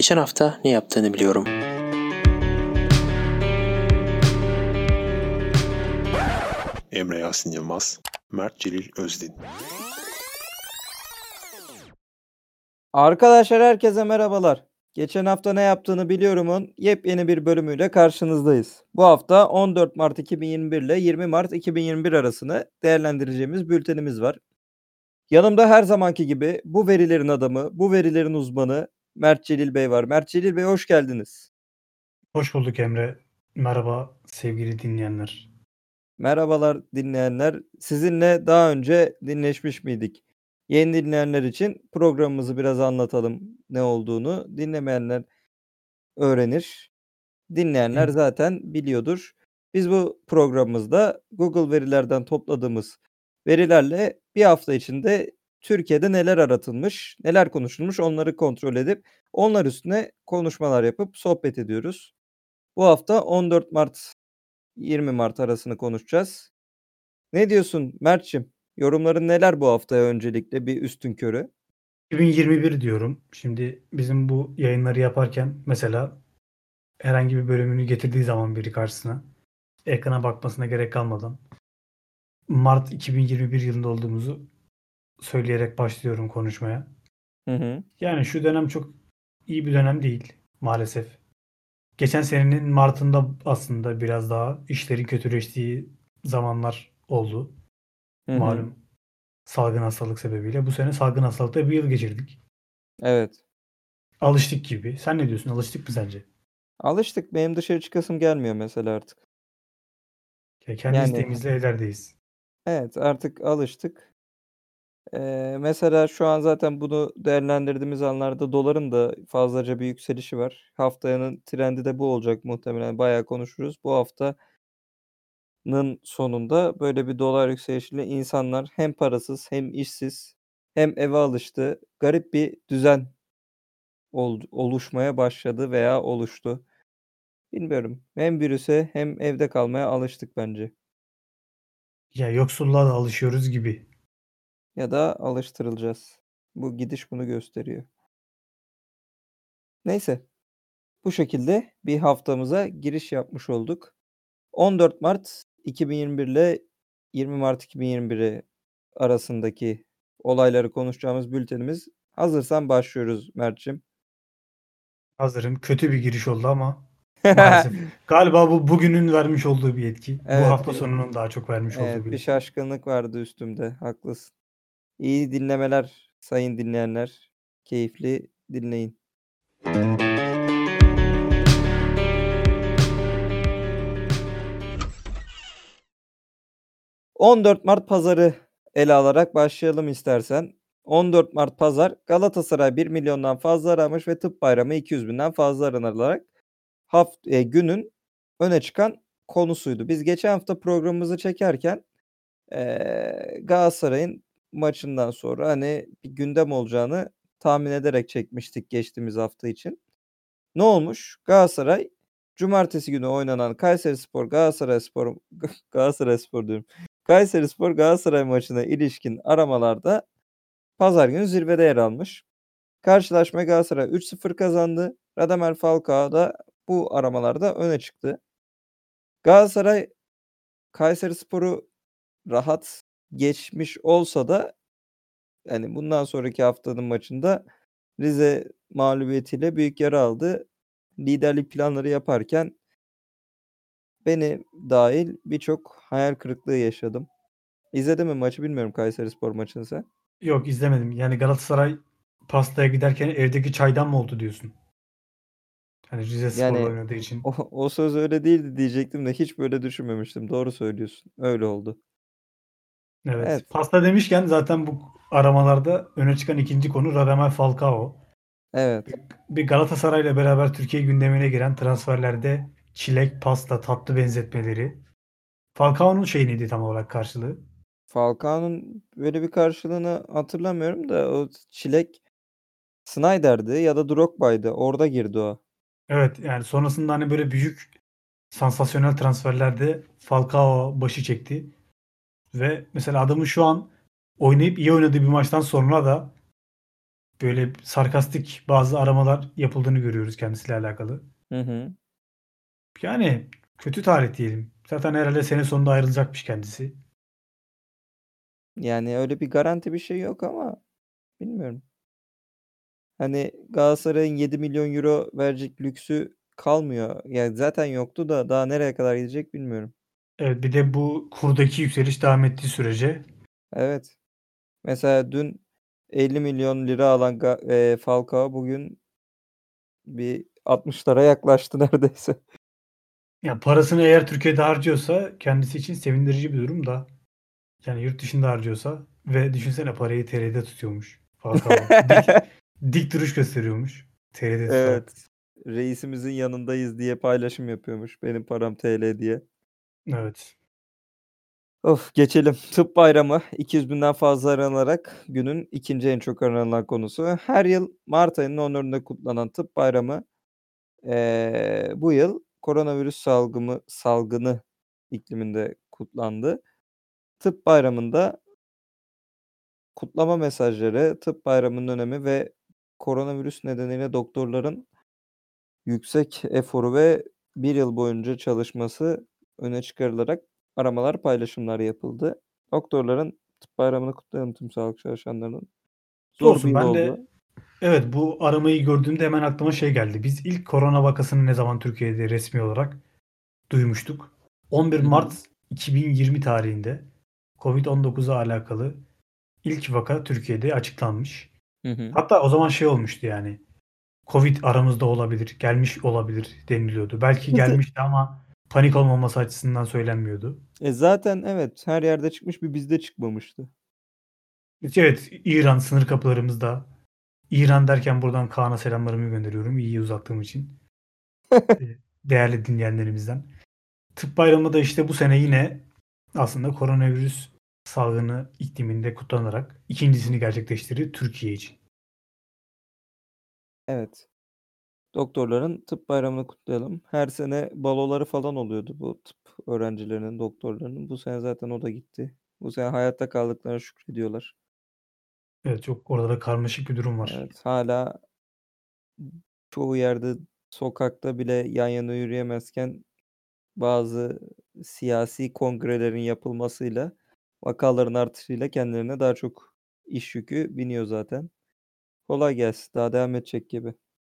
Geçen hafta ne yaptığını biliyorum. Emre Yasin Yılmaz, Mert Celil Özdin. Arkadaşlar herkese merhabalar. Geçen hafta ne yaptığını biliyorumun yepyeni bir bölümüyle karşınızdayız. Bu hafta 14 Mart 2021 ile 20 Mart 2021 arasını değerlendireceğimiz bültenimiz var. Yanımda her zamanki gibi bu verilerin adamı, bu verilerin uzmanı Mert Celil Bey var. Mert Celil Bey hoş geldiniz. Hoş bulduk Emre. Merhaba sevgili dinleyenler. Merhabalar dinleyenler. Sizinle daha önce dinleşmiş miydik? Yeni dinleyenler için programımızı biraz anlatalım ne olduğunu. Dinlemeyenler öğrenir. Dinleyenler zaten biliyordur. Biz bu programımızda Google verilerden topladığımız verilerle bir hafta içinde Türkiye'de neler aratılmış, neler konuşulmuş onları kontrol edip onlar üstüne konuşmalar yapıp sohbet ediyoruz. Bu hafta 14 Mart 20 Mart arasını konuşacağız. Ne diyorsun Mert'ciğim? Yorumların neler bu haftaya öncelikle bir üstünkörü? 2021 diyorum. Şimdi bizim bu yayınları yaparken mesela herhangi bir bölümünü getirdiği zaman biri karşısına ekrana bakmasına gerek kalmadan Mart 2021 yılında olduğumuzu söyleyerek başlıyorum konuşmaya. Hı hı. Yani şu dönem çok iyi bir dönem değil maalesef. Geçen senenin Mart'ında aslında biraz daha işlerin kötüleştiği zamanlar oldu. Hı hı. Malum salgın hastalık sebebiyle. Bu sene salgın hastalıkta bir yıl geçirdik. Evet. Alıştık gibi. Sen ne diyorsun? Alıştık mı sence? Alıştık. Benim dışarı çıkasım gelmiyor mesela artık. Kendi Yani isteğimizle evlerdeyiz. evet artık alıştık. Mesela şu an zaten bunu değerlendirdiğimiz anlarda doların da fazlaca bir yükselişi var. Haftanın trendi de bu olacak muhtemelen. Bayağı konuşuruz. Bu haftanın sonunda böyle bir dolar yükselişiyle insanlar hem parasız hem işsiz hem eve alıştı. Garip bir düzen oluşmaya başladı veya oluştu. Bilmiyorum. Hem virüse hem evde kalmaya alıştık bence. Ya yoksulluğa da alışıyoruz gibi. Ya da alıştırılacağız. Bu gidiş bunu gösteriyor. Neyse. Bu şekilde bir haftamıza giriş yapmış olduk. 14 Mart 2021 ile 20 Mart 2021 arasındaki olayları konuşacağımız bültenimiz. Hazırsan başlıyoruz Mert'ciğim. Hazırım. Kötü bir giriş oldu ama maalesef. Galiba bu bugünün vermiş olduğu bir etki. Bu Evet, hafta sonunun daha çok vermiş olduğu evet bir bir etki. şaşkınlık vardı üstümde. Haklısın. İyi dinlemeler sayın dinleyenler. Keyifli dinleyin. 14 Mart pazarı ele alarak başlayalım istersen. 14 Mart pazar Galatasaray 1 milyondan fazla aramış ve Tıp Bayramı 200 binden fazla aranılarak günün öne çıkan konusuydu. Biz geçen hafta programımızı çekerken Galatasaray'ın maçından sonra hani bir gündem olacağını tahmin ederek çekmiştik geçtiğimiz hafta için. Ne olmuş? Galatasaray cumartesi günü oynanan Kayserispor Galatasarayspor Galatasarayspor diyorum. Kayserispor Galatasaray maçına ilişkin aramalarda pazar günü zirvede yer almış. Karşılaşma Galatasaray 3-0 kazandı. Radamel Falcao da bu aramalarda öne çıktı. Galatasaray Kayserispor'u rahat geçmiş olsa da yani bundan sonraki haftanın maçında Rize mağlubiyetiyle büyük yara aldı. Liderlik planları yaparken beni dahil birçok hayal kırıklığı yaşadım. İzledin mi maçı bilmiyorum Kayserispor maçını sen? Yok izlemedim. Yani Galatasaray pastaya giderken evdeki çaydan mı oldu diyorsun? Hani Rizespor'la Yani oynadığı için. o söz öyle değildi diyecektim de hiç böyle düşünmemiştim. Doğru söylüyorsun. Öyle oldu. Evet. Evet. Pasta demişken zaten bu aramalarda öne çıkan ikinci konu Radamel Falcao. Evet. Bir Galatasaray'la beraber Türkiye gündemine giren transferlerde çilek, pasta, tatlı benzetmeleri. Falcao'nun şey neydi tam olarak karşılığı? Falcao'nun böyle bir karşılığını hatırlamıyorum da o çilek Snyder'di ya da Drogba'ydı. Orada girdi o. Evet yani sonrasında hani böyle büyük sansasyonel transferlerde Falcao başı çekti. Ve mesela adamın şu an oynayıp iyi oynadığı bir maçtan sonra da böyle sarkastik bazı aramalar yapıldığını görüyoruz kendisiyle alakalı. Hı hı. Yani kötü talih diyelim. Zaten herhalde sene sonunda ayrılacakmış kendisi. Yani öyle bir garanti bir şey yok ama bilmiyorum. Hani Galatasaray'ın 7 milyon euro verecek lüksü kalmıyor. Yani zaten yoktu da daha nereye kadar gidecek bilmiyorum. Evet, bir de bu kurdaki yükseliş devam ettiği sürece Evet. Mesela dün 50 milyon lira alan Falcao bugün bir 60'lara yaklaştı neredeyse. ya parasını eğer Türkiye'de harcıyorsa kendisi için sevindirici bir durum da yani yurt dışında harcıyorsa ve düşünsene parayı TL'de tutuyormuş Falcao. Dik duruş gösteriyormuş TL'de tutarak. Evet. Reisimizin yanındayız diye paylaşım yapıyormuş. Benim param TL diye. Evet. Of geçelim. Tıp bayramı 200.000'den fazla aranarak günün ikinci en çok aranılan konusu. Her yıl mart ayının 14'ünde kutlanan tıp bayramı bu yıl koronavirüs salgını ikliminde kutlandı. Tıp bayramında kutlama mesajları, tıp bayramının önemi ve koronavirüs nedeniyle doktorların yüksek eforu ve bir yıl boyunca çalışması öne çıkarılarak aramalar, paylaşımlar yapıldı. Doktorların tıp bayramını kutlayalım tüm sağlık çalışanlarının. Zor bir Olsun yıl ben oldu. de evet bu aramayı gördüğümde hemen aklıma şey geldi. Biz ilk korona vakasını ne zaman Türkiye'de resmi olarak duymuştuk? 11 Hı hı. Mart 2020 tarihinde Covid-19'a alakalı ilk vaka Türkiye'de açıklanmış. Hı hı. Hatta o zaman şey olmuştu yani. Covid aramızda olabilir, gelmiş olabilir deniliyordu. Belki gelmişti ama panik olmaması açısından söylenmiyordu. Zaten evet, her yerde çıkmış, bir bizde çıkmamıştı. Evet, İran sınır kapılarımızda. İran derken buradan Kaan'a selamlarımı gönderiyorum. İyi uzattığım için. Değerli dinleyenlerimizden. Tıp bayramı da işte bu sene yine aslında koronavirüs salgını ikliminde kutlanarak ikincisini gerçekleştirdi Türkiye için. Evet. Doktorların tıp bayramını kutlayalım. Her sene baloları falan oluyordu bu tıp öğrencilerinin, doktorlarının. Bu sene zaten o da gitti. Bu sene hayatta kaldıklarına şükrediyorlar. Evet, çok orada da karmaşık bir durum var. Evet, hala çoğu yerde sokakta bile yan yana yürüyemezken bazı siyasi kongrelerin yapılmasıyla, vakaların artışıyla kendilerine daha çok iş yükü biniyor zaten. Kolay gelsin. Daha devam edecek gibi.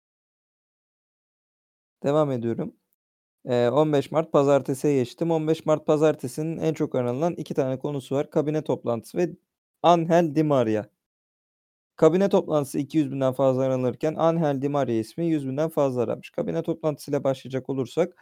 Devam ediyorum. 15 Mart pazartesiye geçtim. 15 Mart pazartesinin en çok aranılan 2 tane konusu var. Kabine toplantısı ve Angel Di Maria. Kabine toplantısı 200.000'den fazla aranırken Angel Di Maria ismi 100.000'den fazla aranmış. Kabine toplantısıyla başlayacak olursak,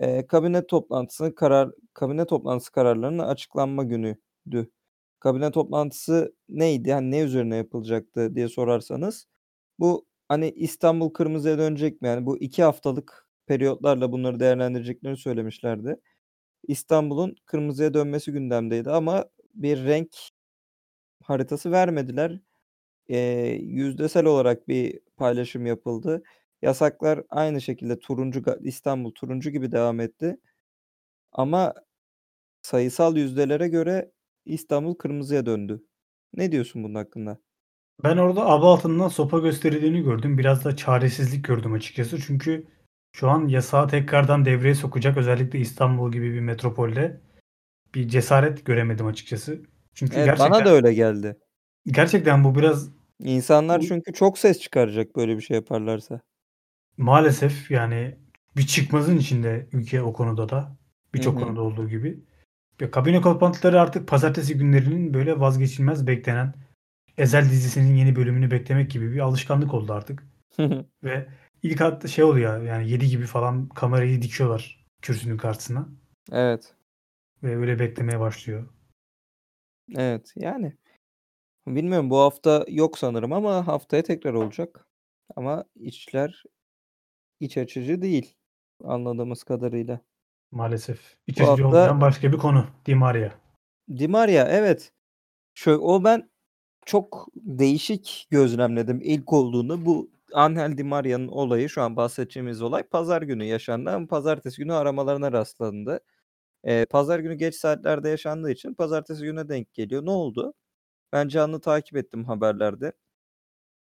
kabine toplantısı kararlarının açıklanma günüydü. Kabine toplantısı neydi? Hani, ne üzerine yapılacaktı diye sorarsanız bu, hani, İstanbul kırmızıya dönecek mi? Yani, bu 2 haftalık periyotlarla bunları değerlendireceklerini söylemişlerdi. İstanbul'un kırmızıya dönmesi gündemdeydi ama bir renk haritası vermediler. Yüzdesel olarak bir paylaşım yapıldı. Yasaklar aynı şekilde İstanbul turuncu gibi devam etti ama sayısal yüzdelere göre İstanbul kırmızıya döndü. Ne diyorsun bunun hakkında? Ben orada aba altından sopa gösterildiğini gördüm. Biraz da çaresizlik gördüm açıkçası. Çünkü şu an yasağı tekrardan devreye sokacak özellikle İstanbul gibi bir metropolde bir cesaret göremedim açıkçası. Çünkü Evet, bana da öyle geldi. gerçekten bu biraz İnsanlar u çünkü çok ses çıkaracak böyle bir şey yaparlarsa. maalesef yani bir çıkmazın içinde ülke o konuda da Hı birçok hı. konuda olduğu gibi. Ya kabine toplantıları artık pazartesi günlerinin böyle vazgeçilmez beklenen Ezel dizisinin yeni bölümünü beklemek gibi bir alışkanlık oldu artık. Ve ilk hatta şey oluyor yani 7 gibi falan kamerayı dikiyorlar kürsünün karşısına Evet, ve öyle beklemeye başlıyor. evet. Yani bilmiyorum, bu hafta yok sanırım ama haftaya tekrar olacak. Ama iç açıcı değil anladığımız kadarıyla. Maalesef. İç Bu açıcı hafta olmayan başka bir konu. Di Maria. Di Maria evet. Ben çok değişik gözlemledim ilk olduğunda. Bu Angel Di Maria'nın olayı, şu an bahsedeceğimiz olay pazar günü yaşandı ama pazartesi günü aramalarına rastlandı. Pazar günü geç saatlerde yaşandığı için pazartesi gününe denk geliyor. Ne oldu? Ben canlı takip ettim haberlerde.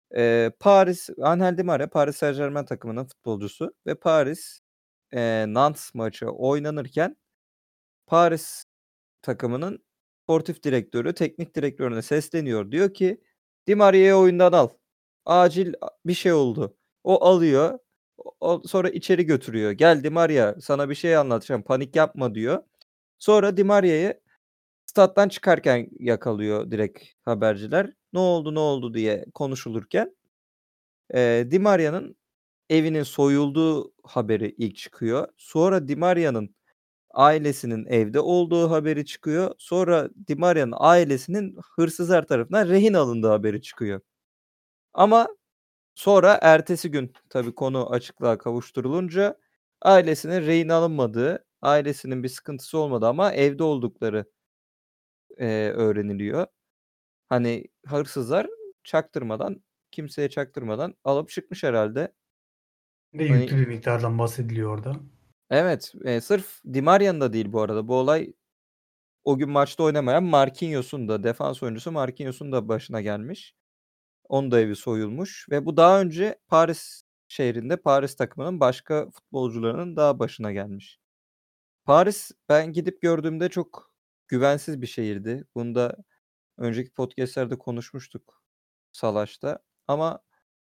Paris Angel Di Maria Paris Saint-Germain takımının futbolcusu ve Paris Nantes maçı oynanırken Paris takımının sportif direktörü teknik direktörüne sesleniyor. Diyor ki Di Maria'yı oyundan al. Acil bir şey oldu. O alıyor. Sonra içeri götürüyor. Gel Di Maria sana bir şey anlatacağım. Panik yapma diyor. Sonra Di Maria'yı stat'tan çıkarken yakalıyor direkt haberciler. Ne oldu diye konuşulurken Di Maria'nın evinin soyulduğu haberi ilk çıkıyor. Sonra Di Maria'nın ailesinin evde olduğu haberi çıkıyor. Sonra Di Maria'nın ailesinin hırsızlar tarafından rehin alındığı haberi çıkıyor. Ama sonra ertesi gün tabii konu açıklığa kavuşturulunca ailesinin rehin alınmadığı, ailesinin bir sıkıntısı olmadığı ama evde oldukları öğreniliyor. Hani hırsızlar kimseye çaktırmadan alıp çıkmış herhalde. De Hani yüklü bir miktardan bahsediliyor orada. evet, sırf Di Maria'nın da değil bu arada. Bu olay o gün maçta oynamayan Marquinhos'un da defans oyuncusu Marquinhos'un da başına gelmiş. Onun da evi soyulmuş ve bu daha önce Paris şehrinde Paris takımının başka futbolcularının daha başına gelmiş. Paris ben gidip gördüğümde çok güvensiz bir şehirdi. Bunu da önceki podcast'lerde konuşmuştuk Salaş'ta ama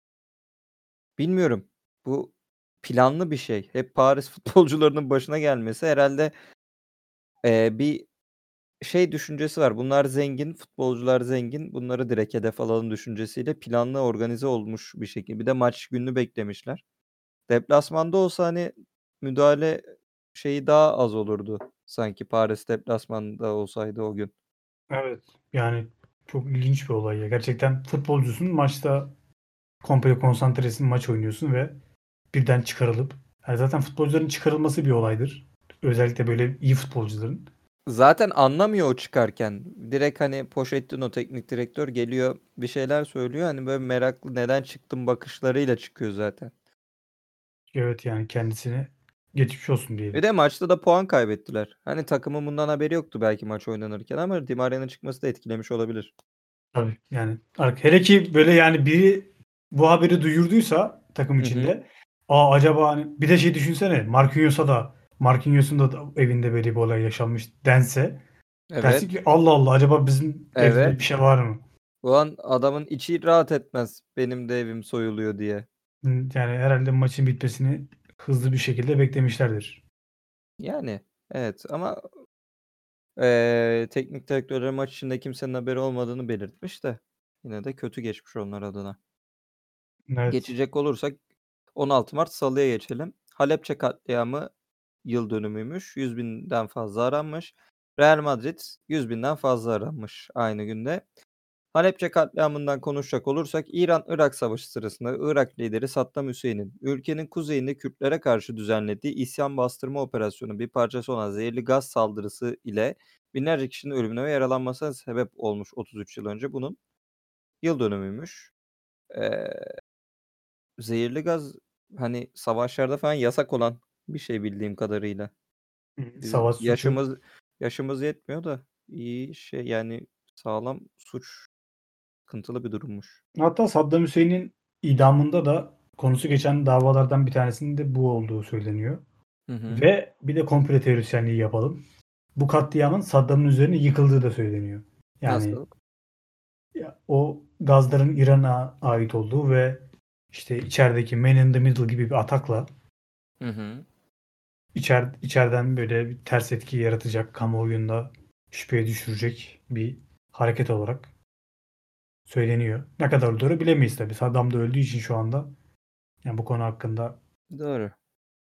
bilmiyorum. Bu planlı bir şey. Hep Paris futbolcularının başına gelmesi herhalde bir şey düşüncesi var. Bunlar zengin, futbolcular zengin. Bunları direkt hedef alalım düşüncesiyle planlı organize olmuş bir şekilde. Bir de maç gününü beklemişler. Deplasmanda olsa hani müdahale şeyi daha az olurdu. Sanki Paris deplasmanda olsaydı o gün. Evet. Yani çok ilginç bir olay ya. Gerçekten futbolcusun, maçta komple konsantresin, maç oynuyorsun ve birden çıkarılıp, yani zaten futbolcuların çıkarılması bir olaydır. Özellikle böyle iyi futbolcuların. Zaten anlamıyor o çıkarken. Direkt hani Pochettino teknik direktör geliyor bir şeyler söylüyor. Hani böyle meraklı neden çıktım bakışlarıyla çıkıyor zaten. Evet, yani kendisine geçmiş olsun Bir diyelim. de maçta da puan kaybettiler. Hani takımın bundan haberi yoktu belki maç oynanırken ama Di Maria'nın çıkması da etkilemiş olabilir. Tabii yani hele ki böyle, yani biri bu haberi duyurduysa takım Hı hı. içinde, acaba hani bir de şey düşünsene, Marquinhos'un da evinde böyle bir olay yaşanmış dense, dersin Evet. ki Allah Allah, acaba bizim evde de Evet. bir şey var mı? Bu an adamın içi rahat etmez. Benim de evim soyuluyor diye. Yani herhalde maçın bitmesini hızlı bir şekilde beklemişlerdir. Yani evet ama teknik direktörler maç içinde kimsenin haberi olmadığını belirtmiş de yine de kötü geçmiş onlar adına. Evet. Geçecek olursak 16 Mart Salı'ya geçelim. Halepçe katliamı yıl dönümüymüş. 100.000'den fazla aranmış. Real Madrid 100.000'den fazla aranmış aynı günde. Halepçe katliamından konuşacak olursak İran-Irak Savaşı sırasında Irak lideri Saddam Hüseyin'in ülkenin kuzeyinde Kürtlere karşı düzenlediği isyan bastırma operasyonu bir parçası olan zehirli gaz saldırısı ile binlerce kişinin ölümüne ve yaralanmasına sebep olmuş 33 yıl önce. Bunun yıl dönümüymüş. Ee, Zehirli gaz hani savaşlarda falan yasak olan bir şey bildiğim kadarıyla. Bizim Savaş suçu. yaşımız yetmiyor da iyi şey yani sağlam suç sıkıntılı bir durummuş. Hatta Saddam Hüseyin'in idamında da konusu geçen davalardan bir tanesinde bu olduğu söyleniyor. Hı hı. Ve bir de komplo teorisyenliği yapalım. Bu katliamın Saddam'ın üzerine yıkıldığı da söyleniyor. Yani Nasıl? o gazların İran'a ait olduğu ve işte içerideki Man in the Middle gibi bir atakla Hı hı. içeriden böyle bir ters etki yaratacak, kamuoyunda şüpheye düşürecek bir hareket olarak söyleniyor. Ne kadar doğru bilemeyiz tabii. Saddam da öldüğü için şu anda, yani bu konu hakkında. Doğru.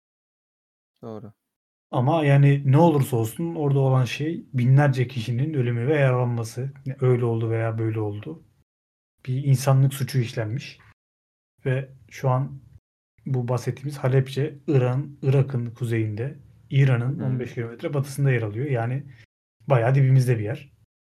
Doğru. Ama yani ne olursa olsun orada olan şey binlerce kişinin ölümü ve yaralanması. Öyle oldu veya böyle oldu. Bir insanlık suçu işlenmiş. Ve şu an bu bahsettiğimiz Halepçe, Irak'ın kuzeyinde, Hı İran'ın hı. 15 kilometre batısında yer alıyor. Yani bayağı dibimizde bir yer.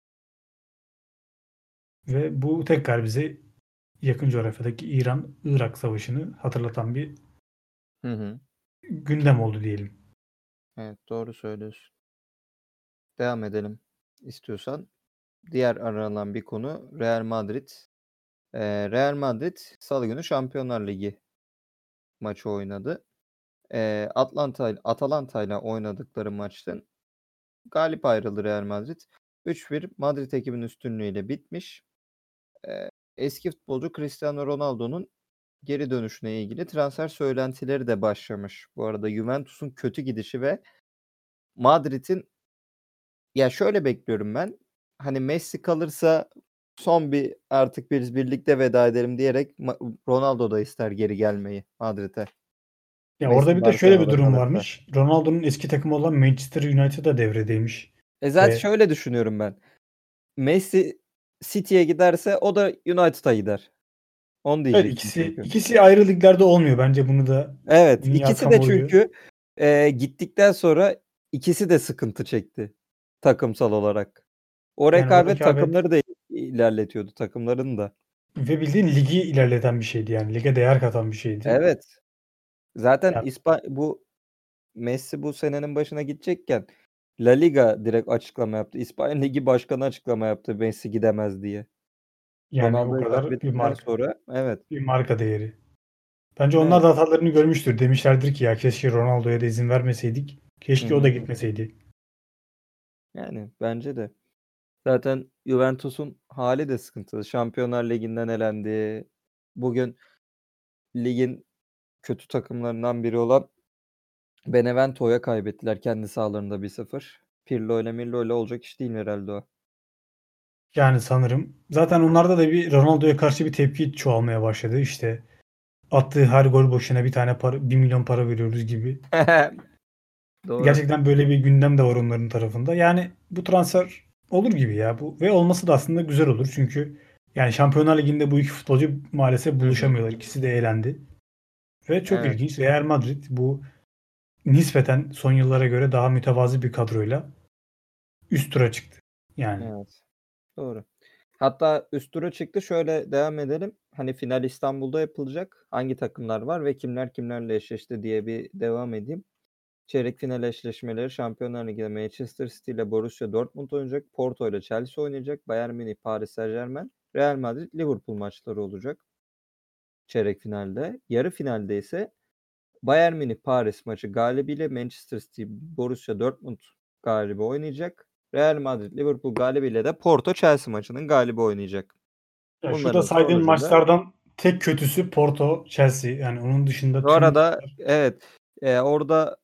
Ve bu tekrar bize yakın coğrafyadaki İran-Irak savaşını hatırlatan bir Hı hı. gündem oldu diyelim. Evet, doğru söylüyorsun. Devam edelim istiyorsan. Diğer aranan bir konu Real Madrid Real Madrid Salı günü Şampiyonlar Ligi maçı oynadı. Atalanta ile oynadıkları maçtan galip ayrıldı Real Madrid. 3-1 Madrid ekibinin üstünlüğüyle bitmiş. Eski futbolcu Cristiano Ronaldo'nun geri dönüşüne ilgili transfer söylentileri de başlamış. Bu arada Juventus'un kötü gidişi ve Madrid'in, ya şöyle bekliyorum ben. Hani Messi kalırsa son bir artık biz birlikte veda edelim diyerek Ronaldo da ister geri gelmeyi Madrid'e. Ya Messi orada bir de şöyle bir Barcelona'da durum kalırsa. varmış. Ronaldo'nun eski takımı olan Manchester United da devredeymiş. Zaten Ve şöyle düşünüyorum ben. Messi City'ye giderse o da United'a gider. Onu evet, diyecektim çünkü. ikisi ayrı liglerde olmuyor. Bence bunu da Evet, dünya ikisi de kamuoyu çünkü gittikten sonra ikisi de sıkıntı çekti takımsal olarak. O yani o rekabet rekabet takımları da ilerletiyordu, takımların da. ve bildiğin ligi ilerleten bir şeydi yani. Lige değer katan bir şeydi. Evet. Zaten Ya, Messi bu senenin başına gidecekken La Liga direkt açıklama yaptı. İspanya Ligi Başkanı açıklama yaptı Messi gidemez diye. yani o Ronaldo'yu kadar kaybettikten sonra evet. bir marka değeri. Bence onlar Evet. da hatalarını görmüştür. Demişlerdir ki ya keşke Ronaldo'ya da izin vermeseydik. Keşke o da gitmeseydi. Yani bence de. Zaten Juventus'un hali de sıkıntılı. Şampiyonlar Ligi'nden elendi. Bugün ligin kötü takımlarından biri olan Benevento'ya kaybettiler kendi sahalarında 1-0. Pirlo ile Mirlo ile olacak iş değil herhalde o. Yani sanırım. Zaten onlarda da bir Ronaldo'ya karşı bir tepki çoğalmaya başladı. İşte attığı her gol boşuna bir tane para, 1 milyon para veriyoruz gibi. Doğru. Gerçekten böyle bir gündem de var onların tarafında. Yani bu transfer olur gibi ya. Bu ve olması da aslında güzel olur. Çünkü yani Şampiyonlar Ligi'nde bu iki futbolcu maalesef buluşamıyorlar. İkisi de eğlendi. Ve çok Evet. ilginç. Real Madrid bu nispeten son yıllara göre daha mütevazı bir kadroyla üst tura çıktı. Yani Evet. Doğru. Hatta üst tura çıktı. Şöyle devam edelim. Hani final İstanbul'da yapılacak. Hangi takımlar var ve kimler kimlerle eşleşti diye bir devam edeyim. Çeyrek final eşleşmeleri Şampiyonlar Ligi'nde Manchester City ile Borussia Dortmund oynayacak. Porto ile Chelsea oynayacak. Bayern Münih, Paris Saint-Germain, Real Madrid, Liverpool maçları olacak çeyrek finalde. Yarı finalde ise Bayern Münih Paris maçı galibiyle Manchester City Borussia Dortmund galibi oynayacak. Real Madrid Liverpool galibiyle de Porto Chelsea maçının galibi oynayacak. ya şurada Bunların saydığım sonucu da maçlardan tek kötüsü Porto, Chelsea. Yani onun dışında bu tüm arada evet orada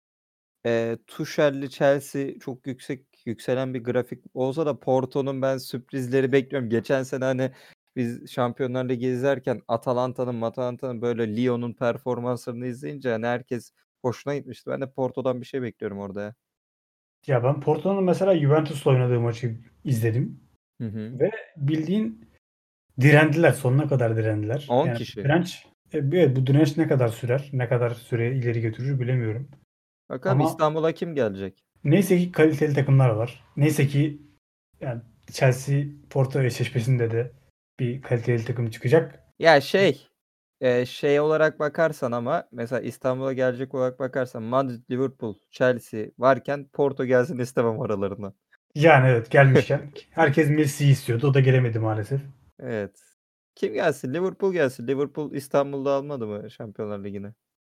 Tuchel'li Chelsea çok yükselen bir grafik olsa da Porto'nun ben sürprizleri bekliyorum. Geçen sene hani biz Şampiyonlar Ligi izlerken Atalanta'nın böyle Lyon'un performanslarını izleyince hani herkes hoşuna gitmişti. Ben de Porto'dan bir şey bekliyorum orada ya. ya ben Porto'nun mesela Juventus'la oynadığı maçı izledim Hı hı. ve bildiğin direndiler. Sonuna kadar direndiler. 10 Yani kişi. direnç evet, bu direnç ne kadar sürer? Ne kadar süre ileri götürür bilemiyorum. Bakalım Ama İstanbul'a kim gelecek? neyse ki kaliteli takımlar var. Neyse ki yani Chelsea Porto eşleşmesinde de bir kaliteli takım çıkacak. Ya şey olarak bakarsan ama mesela İstanbul'a gelecek olarak bakarsan Madrid, Liverpool, Chelsea varken Porto gelsin istemem aralarına. Yani evet gelmişken herkes Messi'yi istiyordu. O da gelemedi maalesef. Evet. Kim gelsin? Liverpool gelsin. Liverpool İstanbul'da almadı mı Şampiyonlar Ligi'ni?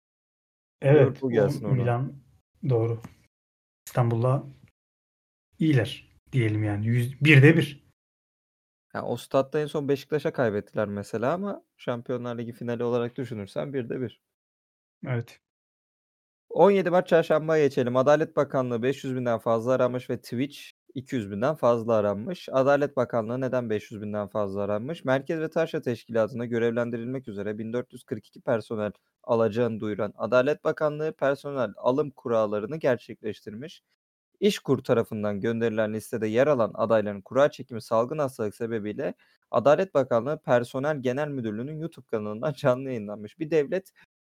Evet Liverpool o gelsin oradan. Milan doğru. İstanbul'la iyiler diyelim yani. 1'de 1. Ya o statta en son Beşiktaş'a kaybettiler mesela ama Şampiyonlar Ligi finali olarak düşünürsen 1'de 1. Evet. 17 Mart Çarşamba'ya geçelim. Adalet Bakanlığı 500.000'den fazla aranmış ve Twitch 200.000'den fazla aranmış. Adalet Bakanlığı neden 500.000'den fazla aranmış? Merkez ve Taşra Teşkilatı'na görevlendirilmek üzere 1442 personel alacağını duyuran Adalet Bakanlığı personel alım kurallarını gerçekleştirmiş. İşkur tarafından gönderilen listede yer alan adayların kura çekimi salgın hastalık sebebiyle Adalet Bakanlığı Personel Genel Müdürlüğü'nün YouTube kanalından canlı yayınlanmış bir devlet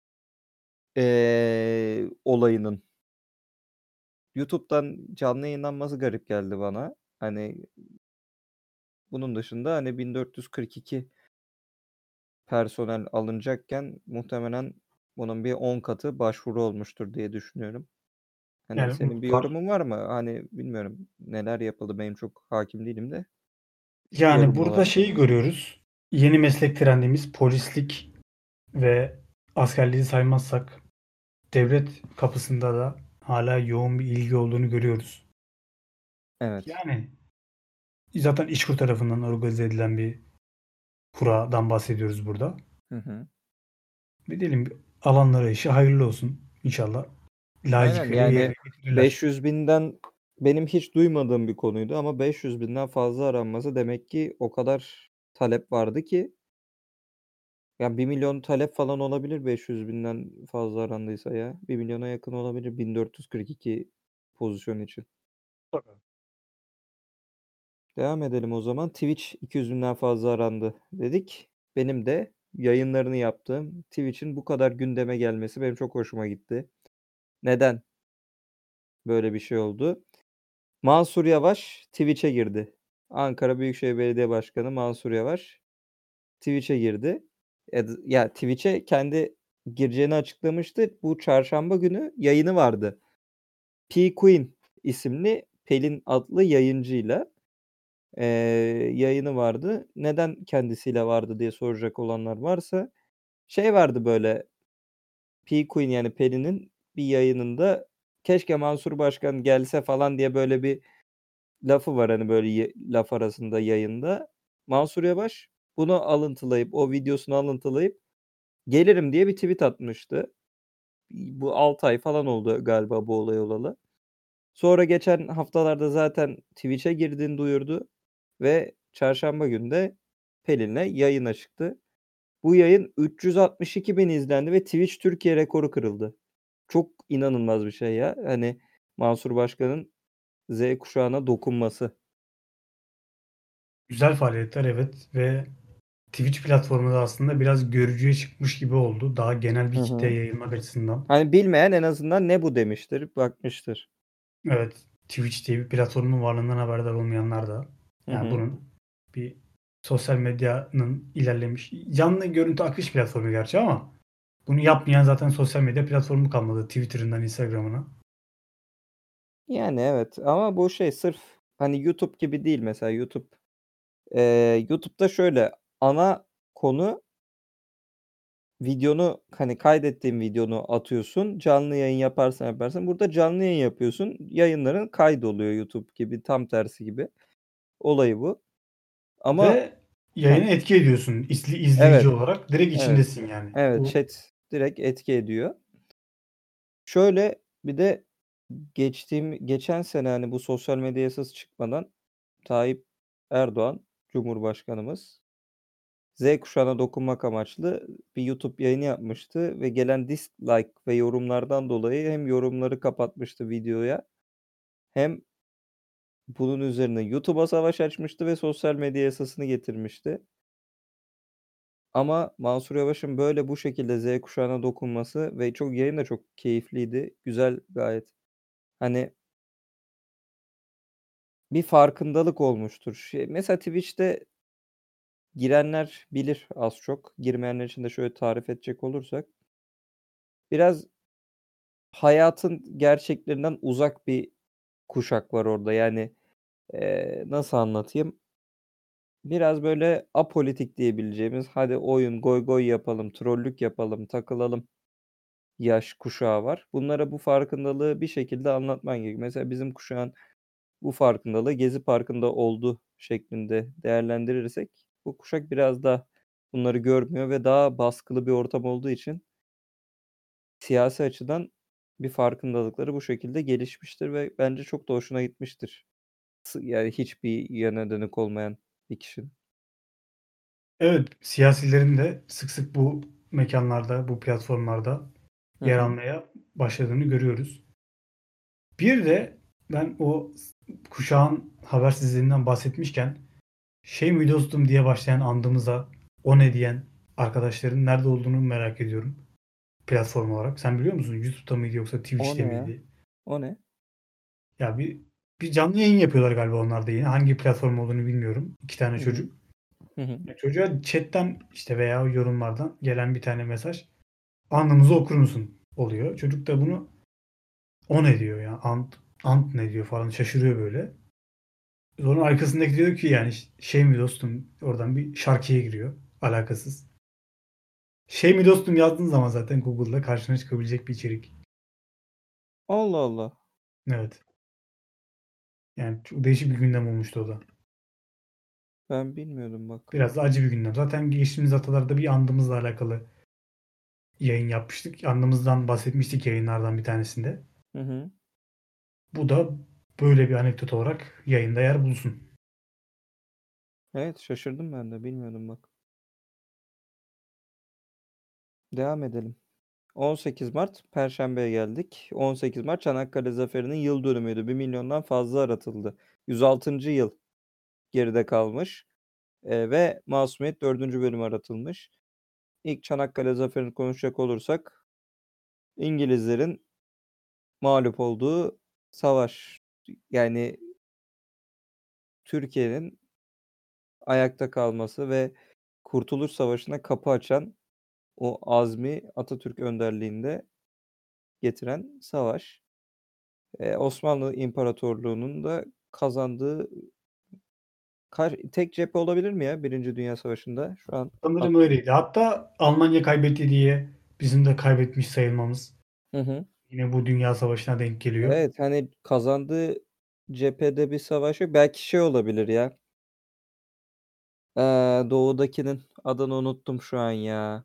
olayının YouTube'dan canlı yayınlanması garip geldi bana. Hani bunun dışında hani 1442 personel alınacakken muhtemelen bunun bir 10 katı başvuru olmuştur diye düşünüyorum. Hani Yani senin bir var. yorumun var mı? Hani bilmiyorum neler yapıldı benim çok hakim değilim de Yani yorum burada olarak. şeyi görüyoruz. yeni meslek trendimiz polislik ve askerliği saymazsak devlet kapısında da hala yoğun bir ilgi olduğunu görüyoruz. Evet. Yani zaten İşkur tarafından organize edilen bir kuradan bahsediyoruz burada. Hı hı. Ve diyelim alanlara işi hayırlı olsun inşallah. Aynen Layıkıyla yani yerine getirirler. 500 binden benim hiç duymadığım bir konuydu ama 500 binden fazla aranması demek ki o kadar talep vardı ki yani 1 milyon talep falan olabilir 500 binden fazla arandıysa ya. 1 milyona yakın olabilir 1442 pozisyon için. Devam edelim o zaman. Twitch 200 binden fazla arandı dedik. Benim de yayınlarını yaptığım Twitch'in bu kadar gündeme gelmesi benim çok hoşuma gitti. Neden böyle bir şey oldu? Mansur Yavaş Twitch'e girdi. Ankara Büyükşehir Belediye Başkanı Mansur Yavaş Twitch'e girdi. Ya Twitch'e kendi gireceğini açıklamıştı. Bu çarşamba günü yayını vardı. P Queen isimli Pelin adlı yayıncıyla yayını vardı. Neden kendisiyle vardı diye soracak olanlar varsa şey vardı böyle P Queen yani Pelin'in bir yayınında keşke Mansur Başkan gelse falan diye böyle bir lafı var hani böyle laf arasında yayında. Mansur Yavaş bunu alıntılayıp o videosunu alıntılayıp gelirim diye bir tweet atmıştı. Bu 6 ay falan oldu galiba bu olay olalı. Sonra geçen haftalarda zaten Twitch'e girdiğini duyurdu ve çarşamba günü de Pelin'le yayına çıktı. Bu yayın 362.000 izlendi ve Twitch Türkiye rekoru kırıldı. Çok inanılmaz bir şey ya. Hani Mansur Başkan'ın Z kuşağına dokunması. Güzel faaliyetler evet ve Twitch platformu da aslında biraz görücüye çıkmış gibi oldu. Daha genel bir Hı kitleye hı. yayılmak açısından. Hani bilmeyen en azından ne bu demiştir, bakmıştır. Evet, Twitch diye bir platformun varlığından haberdar olmayanlar da Hı yani hı. bunun bir sosyal medyanın ilerlemiş canlı görüntü akış platformu gerçi ama bunu yapmayan zaten sosyal medya platformu kalmadı Twitter'ından Instagram'ına. Yani evet ama bu şey sırf hani YouTube gibi değil mesela YouTube'da şöyle ana konu videonu hani kaydettiğin videonu atıyorsun. Canlı yayın yaparsan. Burada canlı yayın yapıyorsun. Yayınların kaydoluyor YouTube gibi tam tersi gibi. Olayı bu. Ama Ve heh, yayına etki ediyorsun izleyici evet, olarak. Direkt evet, içindesin yani. evet Bu chat direkt etki ediyor. Şöyle bir de geçen sene hani bu sosyal medya yasası çıkmadan Tayyip Erdoğan Cumhurbaşkanımız Z kuşağına dokunmak amaçlı bir YouTube yayını yapmıştı ve gelen dislike ve yorumlardan dolayı hem yorumları kapatmıştı videoya hem bunun üzerine YouTube'a savaş açmıştı ve sosyal medya yasasını getirmişti. Ama Mansur Yavaş'ın böyle bu şekilde Z kuşağına dokunması ve yayın da çok keyifliydi. Güzel gayet. Hani bir farkındalık olmuştur. Mesela Twitch'te girenler bilir az çok. Girmeyenler için de şöyle tarif edecek olursak. Biraz hayatın gerçeklerinden uzak bir kuşak var orada. Yani, nasıl anlatayım? Biraz böyle apolitik diyebileceğimiz, hadi oyun, goy goy yapalım, trollük yapalım, takılalım yaş kuşağı var. Bunlara bu farkındalığı bir şekilde anlatman gerekiyor. Mesela bizim kuşağın bu farkındalığı Gezi Parkı'nda oldu şeklinde değerlendirirsek bu kuşak biraz da bunları görmüyor ve daha baskılı bir ortam olduğu için siyasi açıdan bir farkındalıkları bu şekilde gelişmiştir ve bence çok da hoşuna gitmiştir. Yani hiçbir yöne dönük olmayan bir kişinin. evet siyasilerin de sık sık bu mekanlarda, bu platformlarda Hı yer hı. almaya başladığını görüyoruz. Bir de ben o kuşağın habersizliğinden bahsetmişken şey mi dostum diye başlayan andımıza o ne diyen arkadaşların nerede olduğunu merak ediyorum platform olarak. Sen biliyor musun? YouTube'da mıydı yoksa O Twitch'te ne ya? miydi? O ne? Ya bir canlı yayın yapıyorlar galiba onlar da yine. Hangi platform olduğunu bilmiyorum. İki tane Hı hı. çocuk. Hı hı. Ya çocuğa chatten işte veya yorumlardan gelen bir tane mesaj. Andımızı okur musun? Oluyor. Çocuk da bunu o ne diyor ya? Ant ne diyor falan şaşırıyor böyle. Sonra arkasındaki diyor ki yani şey mi dostum oradan bir şarkıya giriyor. Alakasız. Şey mi dostum yazdığın zaman zaten Google'da karşına çıkabilecek bir içerik. Allah Allah. Evet. Yani çok değişik bir gündem olmuştu o da. Ben bilmiyordum bak. Biraz da acı bir gündem. Zaten geçtiğimiz haftalarda bir andımızla alakalı yayın yapmıştık. Andımızdan bahsetmiştik yayınlardan bir tanesinde. Hı hı. Bu da böyle bir anekdot olarak yayında yer bulsun. Evet, şaşırdım ben de. Bilmiyordum bak. Devam edelim. 18 Mart Perşembe'ye geldik. 18 Mart Çanakkale Zaferi'nin yıl dönümüydü. 1 milyondan fazla aratıldı. 106. yıl geride kalmış. Ve Masumiyet 4. bölüm aratılmış. İlk Çanakkale Zaferi'ni konuşacak olursak İngilizlerin mağlup olduğu savaş. Yani Türkiye'nin ayakta kalması ve Kurtuluş Savaşı'na kapı açan o azmi Atatürk önderliğinde getiren savaş. Osmanlı İmparatorluğu'nun da kazandığı tek cephe olabilir mi ya Birinci Dünya Savaşı'nda? Şu an Sanırım öyleydi. Hatta Almanya kaybetti diye bizim de kaybetmiş sayılmamız Hı hı. yine bu Dünya Savaşı'na denk geliyor. Evet, hani kazandığı cephede bir savaş yok. Belki şey olabilir ya. Doğudakinin adını unuttum şu an ya.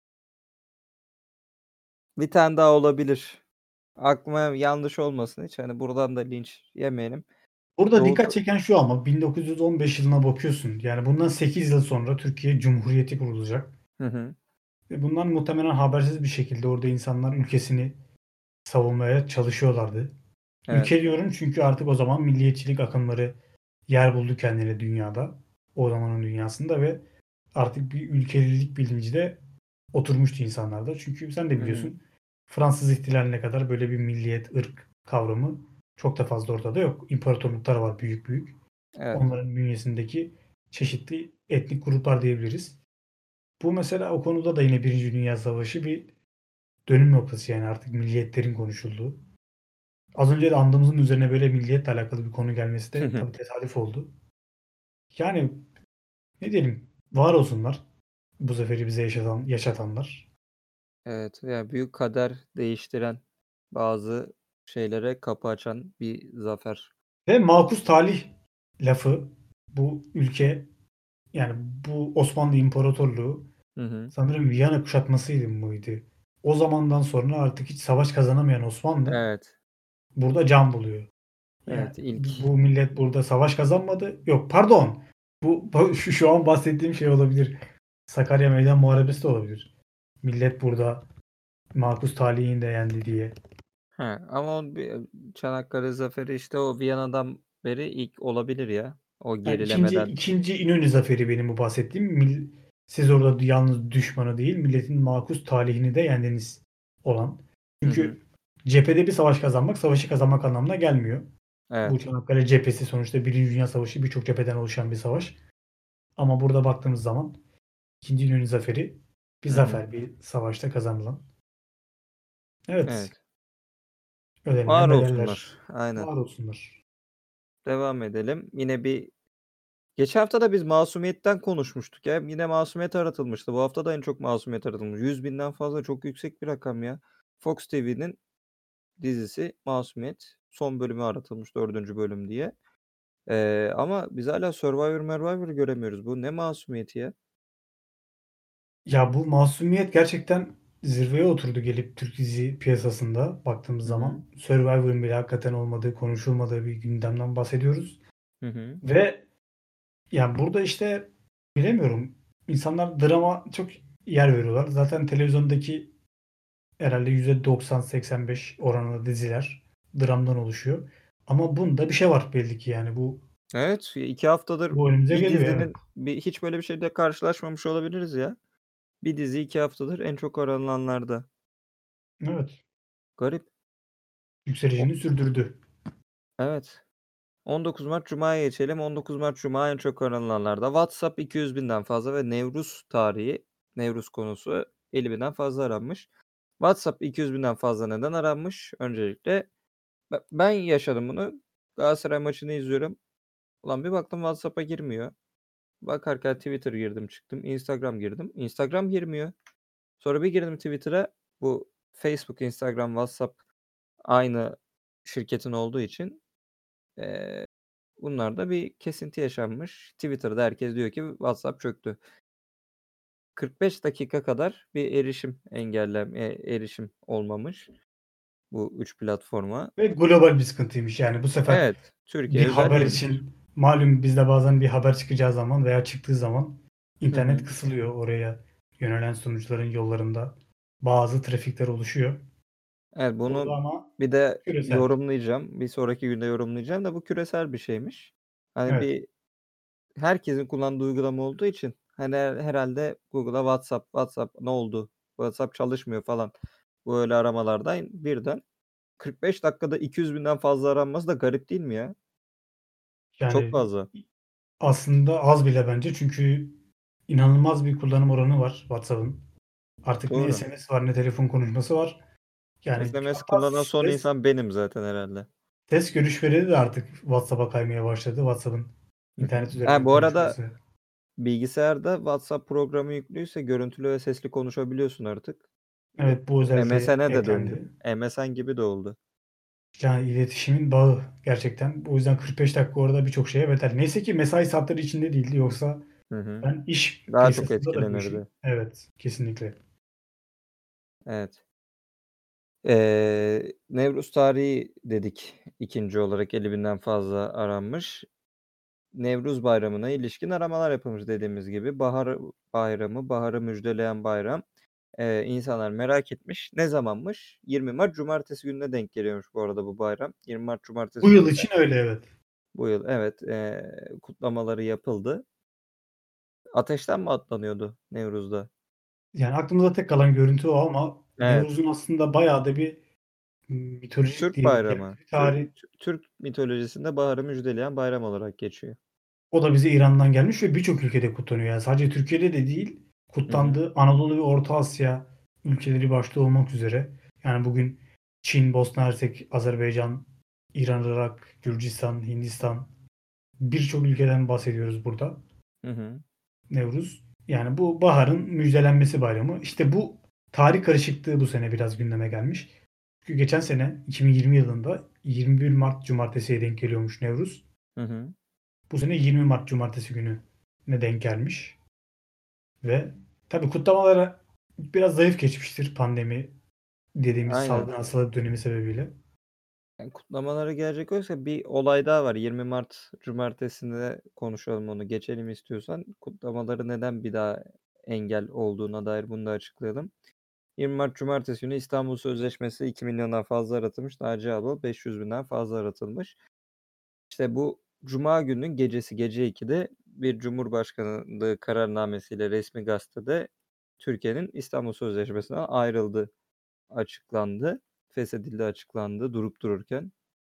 Bir tane daha olabilir. Aklıma yanlış olmasın hiç. Hani buradan da linç yemeyelim. Burada Doğuda dikkat çeken şu ama 1915 yılına bakıyorsun. Yani bundan 8 yıl sonra Türkiye Cumhuriyeti kurulacak. Hı hı. Ve bundan muhtemelen habersiz bir şekilde orada insanlar ülkesini savunmaya çalışıyorlardı. Evet. Ülke diyorum çünkü artık o zaman milliyetçilik akımları yer buldu kendine dünyada. O zamanın dünyasında ve artık bir ülkelilik bilinci de oturmuştu insanlarda. Çünkü sen de Hı hı. biliyorsun Fransız ihtilaline kadar böyle bir milliyet, ırk kavramı çok da fazla ortada yok. İmparatorluklar var büyük büyük. Evet. Onların bünyesindeki çeşitli etnik gruplar diyebiliriz. Bu mesela o konuda da yine Birinci Dünya Savaşı bir dönüm noktası yani artık milliyetlerin konuşulduğu. Az önce de andığımızın üzerine böyle milliyetle alakalı bir konu gelmesi Hı de hı. tabii tesadüf oldu. Yani ne diyelim var olsunlar bu zaferi bize yaşatanlar. Evet. Yani büyük kader değiştiren bazı şeylere kapı açan bir zafer. Ve makus talih lafı bu ülke yani bu Osmanlı İmparatorluğu Hı hı. sanırım Viyana kuşatmasıydı mıydı? O zamandan sonra artık hiç savaş kazanamayan Osmanlı Evet. burada can buluyor. Yani Evet. ilk. bu millet burada savaş kazanmadı. Yok pardon. Şu an bahsettiğim şey olabilir. Sakarya Meydan Muharebesi de olabilir. Millet burada makus talihin de yendi diye. He, ama Çanakkale Zaferi işte o Viyana'dan beri ilk olabilir ya. O Yani ikinci, gerilemeden. ikinci İnönü Zaferi benim bu bahsettiğim. Siz orada yalnız düşmanı değil, milletin makus talihini de yendiniz olan. Hı hı. Çünkü cephede bir savaş kazanmak, savaşı kazanmak anlamına gelmiyor. Bu Evet. Çanakkale cephesi sonuçta Birinci Dünya Savaşı birçok cepheden oluşan bir savaş. Ama burada baktığımız zaman İkinci İnönü Zaferi bir Hı hı. zafer, bir savaşta kazanılan. Evet, Evet. ödenilen Var bedeller. olsunlar. Aynen. Var olsunlar. Devam edelim. Yine bir geçen hafta da biz masumiyetten konuşmuştuk ya. Yine masumiyet aratılmıştı. Bu hafta da en çok masumiyet aratılmış. 100.000'den fazla çok yüksek bir rakam ya. Fox TV'nin dizisi Masumiyet son bölümü aratılmış 4. bölüm diye. Ama biz hala Survivor göremiyoruz. Bu ne masumiyeti ya? Ya bu masumiyet gerçekten zirveye oturdu gelip Türk dizi piyasasında baktığımız Hı hı. zaman. Survivor'ın bile hakikaten olmadığı, konuşulmadığı bir gündemden bahsediyoruz. Hı hı. Ve yani burada işte bilemiyorum. İnsanlar drama çok yer veriyorlar. Zaten televizyondaki herhalde %90-85 oranında diziler dramdan oluşuyor. Ama bunda bir şey var belli ki yani Evet, 2 haftadır bu önümüze bir geliyor evet. dizinin hiç böyle bir şeyle karşılaşmamış olabiliriz ya. Bir dizi 2 haftadır en çok aranılanlarda. Evet. Garip. O Yükselişini sürdürdü. evet. 19 Mart Cuma'ya geçelim. 19 Mart Cuma en çok aranılanlarda. WhatsApp 200.000'den fazla ve Nevruz tarihi, Nevruz konusu 50.000'den fazla aranmış. WhatsApp 200.000'den fazla neden aranmış? Öncelikle ben yaşadım bunu. Galatasaray maçını izliyorum. Ulan bir baktım WhatsApp'a girmiyor. Bakarken Twitter girdim çıktım. Instagram girdim. Instagram girmiyor. Sonra bir girdim Twitter'a. Bu Facebook, Instagram, WhatsApp aynı şirketin olduğu için bunlarda bir kesinti yaşanmış. Twitter'da herkes diyor ki WhatsApp çöktü. 45 dakika kadar bir erişim olmamış bu 3 platforma. Ve global bir sıkıntıymış. Yani bu sefer Evet, bir Türkiye özel haber değilmiş. için malum bizde bazen bir haber çıkacağı zaman veya çıktığı zaman internet Hı. kısılıyor. Oraya yönelen sunucuların yollarında bazı trafikler oluşuyor. Evet, Burada bunu ama bir de küresel. yorumlayacağım. Bir sonraki günde yorumlayacağım da bu küresel bir şeymiş. Hani Evet. herkesin kullandığı uygulama olduğu için hani herhalde Google'a WhatsApp ne oldu? WhatsApp çalışmıyor falan. Böyle aramalardan birden 45 dakikada 200.000'den fazla aranması da garip değil mi ya? Çok Yani fazla. aslında az bile bence çünkü inanılmaz bir kullanım oranı var WhatsApp'ın. Artık ne Doğru. SMS var ne telefon konuşması var. Yani SMS hatta kullanan son insan benim zaten herhalde. ses görüşmeleri de artık WhatsApp'a kaymaya başladı. WhatsApp'ın Hı hı. internet üzerinden Bu arada konuşması. bilgisayarda WhatsApp programı yüklüyse görüntülü ve sesli konuşabiliyorsun artık. Evet, bu özelliği MSN'e de döndü. eklendi. MSN gibi de oldu. Yani iletişimin bağı gerçekten. O yüzden 45 dakika orada birçok şeye bedel. Neyse ki mesai saatleri içinde değildi. Yoksa Hı hı. ben iş Daha çok kıyasında da bu işi. etkilenirdi. Evet, kesinlikle. Evet. Nevruz tarihi dedik ikinci olarak 50.000'den fazla aranmış. Nevruz Bayramı'na ilişkin aramalar yapılmış dediğimiz gibi. Bahar bayramı, baharı müjdeleyen bayram. İnsanlar merak etmiş. Ne zamanmış? 20 Mart Cumartesi gününe denk geliyormuş bu arada bu bayram. 20 Mart Bu Cumartesi yıl günü için öyle, evet. bu yıl evet kutlamaları yapıldı. Ateşten mi atlanıyordu Nevruz'da? Yani aklımıza tek kalan görüntü o ama Evet. Nevruz'un aslında bayağı da bir mitolojik Türk diyebileceğimiz bayramı. bir tarih. Türk mitolojisinde baharı müjdeleyen bayram olarak geçiyor. O da bize İran'dan gelmiş ve birçok ülkede kutlanıyor. Yani sadece Türkiye'de de değil, Hı hı. kutlandığı Anadolu ve Orta Asya ülkeleri başta olmak üzere. Yani bugün Çin, Bosna Hersek, Azerbaycan, İran, Irak, Gürcistan, Hindistan birçok ülkeden bahsediyoruz burada. Hı hı. Nevruz. Yani bu baharın müjdelenmesi bayramı. İşte bu tarih karışıklığı bu sene biraz gündeme gelmiş. Çünkü geçen sene 2020 yılında 21 Mart Cumartesi'ye denk geliyormuş Nevruz. Hı hı. Bu sene 20 Mart Cumartesi günü ne denk gelmiş. Ve tabii kutlamalara biraz zayıf geçmiştir pandemi dediğimiz Aynen. salgın hastalık dönemi sebebiyle. Yani kutlamalara gelecek olursa bir olay daha var. 20 Mart Cumartesi'nde konuşalım onu. Geçelim istiyorsan. Kutlamaları neden bir daha engel olduğuna dair bunu da açıklayalım. 20 Mart Cumartesi günü İstanbul Sözleşmesi 2 milyondan fazla aratılmış. Naci Ağbal 500.000'den fazla aratılmış. İşte bu Cuma gününün gecesi gece 2'de bir Cumhurbaşkanlığı kararnamesiyle resmi gazetede Türkiye'nin İstanbul Sözleşmesi'nden ayrıldığı açıklandı. Feshedildiği açıklandı durup dururken.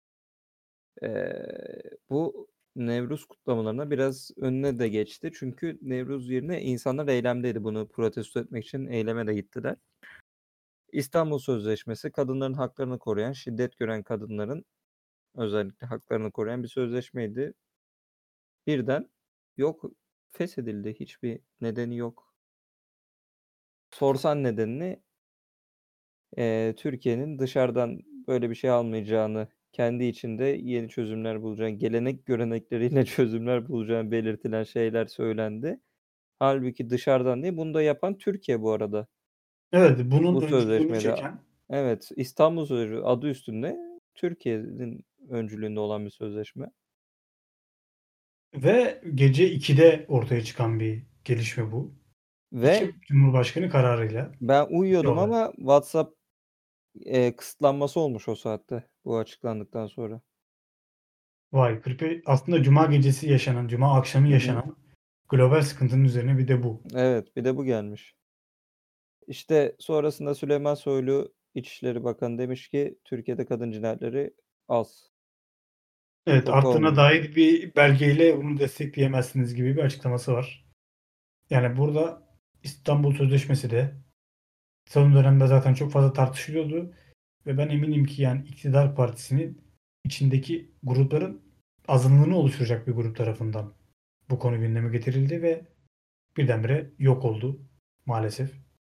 Bu Nevruz kutlamalarına biraz önüne de geçti. Çünkü Nevruz yerine insanlar eylemdeydi. Bunu protesto etmek için eyleme de gittiler. İstanbul Sözleşmesi kadınların haklarını koruyan, şiddet gören kadınların özellikle haklarını koruyan bir sözleşmeydi. Birden yok, feshedildi. Hiçbir nedeni yok. Sorsan nedenini Türkiye'nin dışarıdan böyle bir şey almayacağını, kendi içinde yeni çözümler bulacağını, gelenek görenekleriyle çözümler bulacağını belirtilen şeyler söylendi. Halbuki dışarıdan değil, bunu da yapan Türkiye bu arada. Evet, bunun Bu öncülüğünü sözleşmede çeken evet, İstanbul Sözleşmesi adı üstünde Türkiye'nin öncülüğünde olan bir sözleşme. ve gece 2'de ortaya çıkan bir gelişme bu. Ve İki Cumhurbaşkanı kararıyla. ben İki uyuyordum olay. ama WhatsApp kısıtlanması olmuş o saatte bu açıklandıktan sonra. Vay, aslında Cuma gecesi yaşanan, Cuma akşamı Hı hı. yaşanan global sıkıntının üzerine bir de bu. Evet, bir de bu gelmiş. İşte sonrasında Süleyman Soylu İçişleri Bakanı demiş ki Türkiye'de kadın cinayetleri az. Evet, Çok arttığına olmuyor. dair bir belgeyle bunu destekleyemezsiniz gibi bir açıklaması var. Yani burada İstanbul Sözleşmesi de son dönemde zaten çok fazla tartışılıyordu ve ben eminim ki yani iktidar partisinin içindeki grupların azınlığını oluşturacak bir grup tarafından bu konu gündeme getirildi ve birdenbire yok oldu maalesef.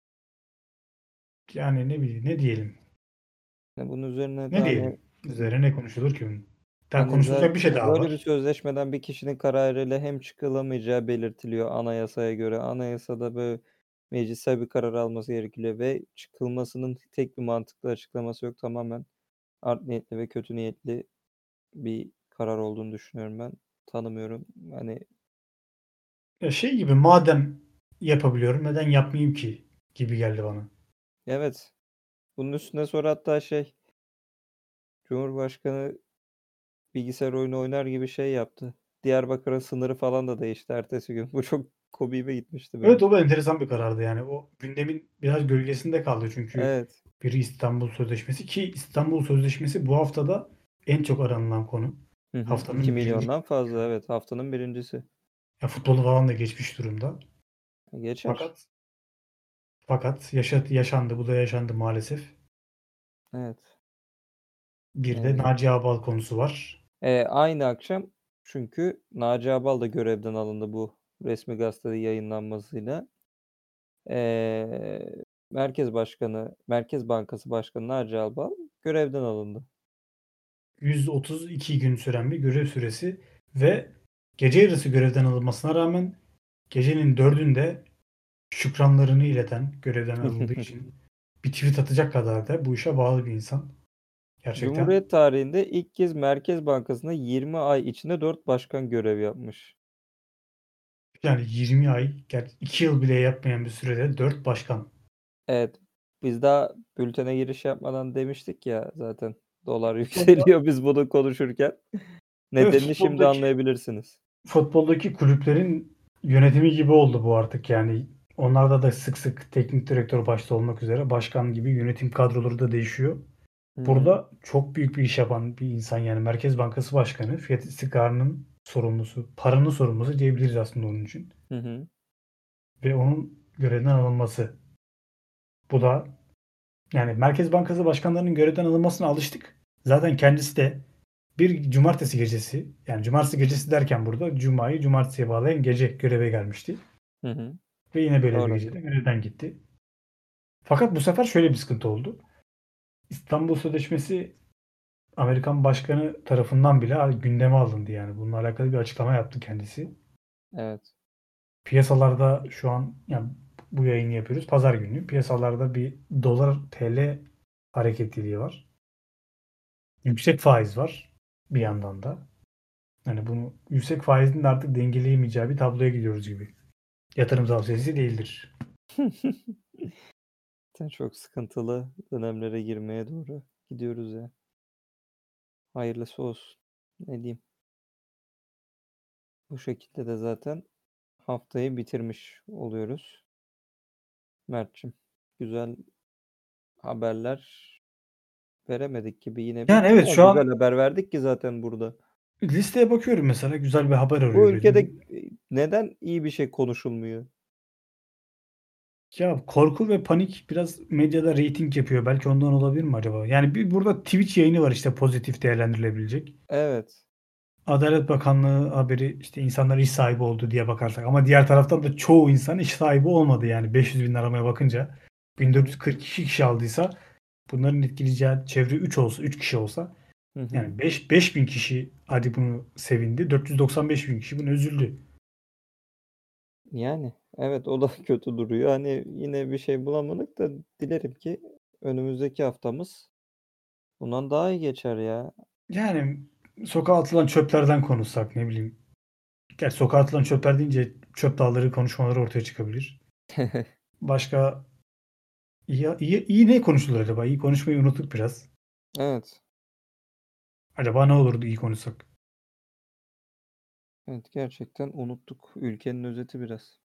Yani ne diyelim? Bunun üzerine de Ne diyelim? Üzerine ne konuşulur ki bunun? Daha hani konuşulacak bir şey daha böyle bir var. sözleşmeden bir kişinin kararıyla hem çıkılamayacağı belirtiliyor anayasaya göre. Anayasada böyle meclise bir karar alması gerekiyor ve çıkılmasının tek bir mantıklı açıklaması yok. Tamamen art niyetli ve kötü niyetli bir karar olduğunu düşünüyorum ben. Tanımıyorum. Hani Ya şey gibi madem yapabiliyorum neden yapmayayım ki gibi geldi bana. evet. Bunun üstüne sonra hatta Cumhurbaşkanı bilgisayar oyunu oynar gibi şey yaptı. Diyarbakır'ın sınırı falan da değişti ertesi gün. Bu çok komiğime gitmişti benim. Evet o da enteresan bir karardı yani. O gündemin biraz gölgesinde kaldı çünkü Evet. biri İstanbul Sözleşmesi ki İstanbul Sözleşmesi bu haftada en çok aranılan konu. Hı hı. 2 Haftanın birinci milyondan fazla evet. Haftanın birincisi. ya futbolu falan da geçmiş durumda. Geçer. Fakat yaşandı. Bu da yaşandı maalesef. Evet. Bir de Eee, Naci Ağbal konusu var. aynı akşam çünkü Naci Ağbal da görevden alındı bu resmi gazetede yayınlanmasıyla. Merkez Bankası Başkanı Naci Ağbal görevden alındı. 132 gün süren bir görev süresi ve gece yarısı görevden alınmasına rağmen gecenin 4'ünde şükranlarını ileten görevden alındığı için bir tweet atacak kadar da bu işe bağlı bir insan. Gerçekten Cumhuriyet tarihinde ilk kez Merkez Bankası'nda 20 ay içinde 4 başkan görev yapmış. yani 20 ay, 2 yıl bile yapmayan bir sürede 4 başkan. Evet. Biz daha bültene giriş yapmadan demiştik ya zaten dolar Futbolda, yükseliyor biz bunu konuşurken. evet Nedenini şimdi anlayabilirsiniz. futboldaki kulüplerin yönetimi gibi oldu bu artık yani. Onlarda da sık sık teknik direktör başta olmak üzere başkan gibi yönetim kadroları da değişiyor. Hı hı. Burada çok büyük bir iş yapan bir insan yani Merkez Bankası Başkanı, fiyat istikrarının sorumlusu, paranın sorumlusu diyebiliriz aslında onun için. Hı hı. Ve onun görevden alınması. Bu da yani Merkez Bankası başkanlarının görevden alınmasına alıştık. Zaten kendisi de bir cumartesi gecesi yani cumartesi gecesi derken burada cumayı cumartesiye bağlayan gece göreve gelmişti. Hı hı. Ve yine böyle bir Doğru. gecede görevden gitti. Fakat bu sefer şöyle bir sıkıntı oldu. İstanbul Sözleşmesi Amerikan Başkanı tarafından bile gündeme alındı yani. Bununla alakalı bir açıklama yaptı kendisi. Evet. Piyasalarda şu an yani bu yayını yapıyoruz pazar günü. Piyasalarda bir dolar TL hareketliliği var. Yüksek faiz var bir yandan da. Yani bunu yüksek faizin de artık dengeleyemeyeceği bir tabloya gidiyoruz gibi. Yatırım tavsiyesi değildir. Çok sıkıntılı dönemlere girmeye doğru gidiyoruz ya. Hayırlısı olsun. Ne diyeyim? Bu şekilde de zaten haftayı bitirmiş oluyoruz. Mert'cim, güzel haberler veremedik gibi yine bir Yani evet kadar şu güzel an haber verdik ki zaten burada. listeye bakıyorum mesela güzel bir haber Bu arıyor ülkede dedim. neden iyi bir şey konuşulmuyor? Ya korku ve panik biraz medyada reyting yapıyor. Belki ondan olabilir mi acaba? Yani bir burada Twitch yayını var işte pozitif değerlendirilebilecek. Evet. Adalet Bakanlığı haberi işte insanlar iş sahibi oldu diye bakarsak. Ama diğer taraftan da çoğu insan iş sahibi olmadı yani 500 bin aramaya bakınca. Hı hı. 1442 kişi aldıysa bunların etkileyeceği çevre 3 olsa 3 kişi olsa Hı hı. yani 5 bin kişi hadi bunu sevindi. 495 bin kişi bunu üzüldü. Yani evet o da kötü duruyor. Hani yine bir şey bulamadık da dilerim ki önümüzdeki haftamız bundan daha iyi geçer ya. Yani sokağa atılan çöplerden konuşsak ne bileyim. Gerçi sokağa atılan çöpler deyince çöp dağları konuşmaları ortaya çıkabilir. Başka iyi ne konuşulur acaba? İyi konuşmayı unuttuk biraz. Evet. Acaba ne olurdu iyi konuşsak? Evet gerçekten unuttuk. Ülkenin özeti biraz.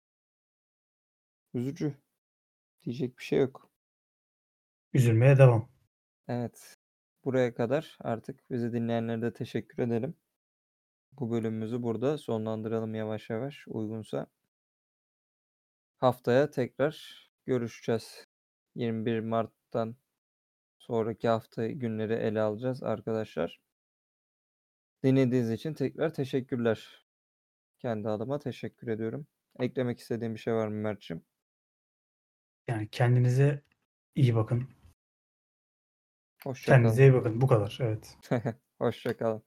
Üzücü. Diyecek bir şey yok. Üzülmeye devam. Evet. Buraya kadar artık bizi dinleyenlere de teşekkür edelim. Bu bölümümüzü burada sonlandıralım yavaş yavaş uygunsa. Haftaya tekrar görüşeceğiz. 21 Mart'tan sonraki hafta günleri ele alacağız arkadaşlar. Dinlediğiniz için tekrar teşekkürler. Kendi adıma teşekkür ediyorum. Eklemek istediğin bir şey var mı Mert'ciğim? Yani kendinize iyi bakın. Hoşça kalın. Kendinize iyi bakın. Bu kadar. Evet. Hoşça kalın.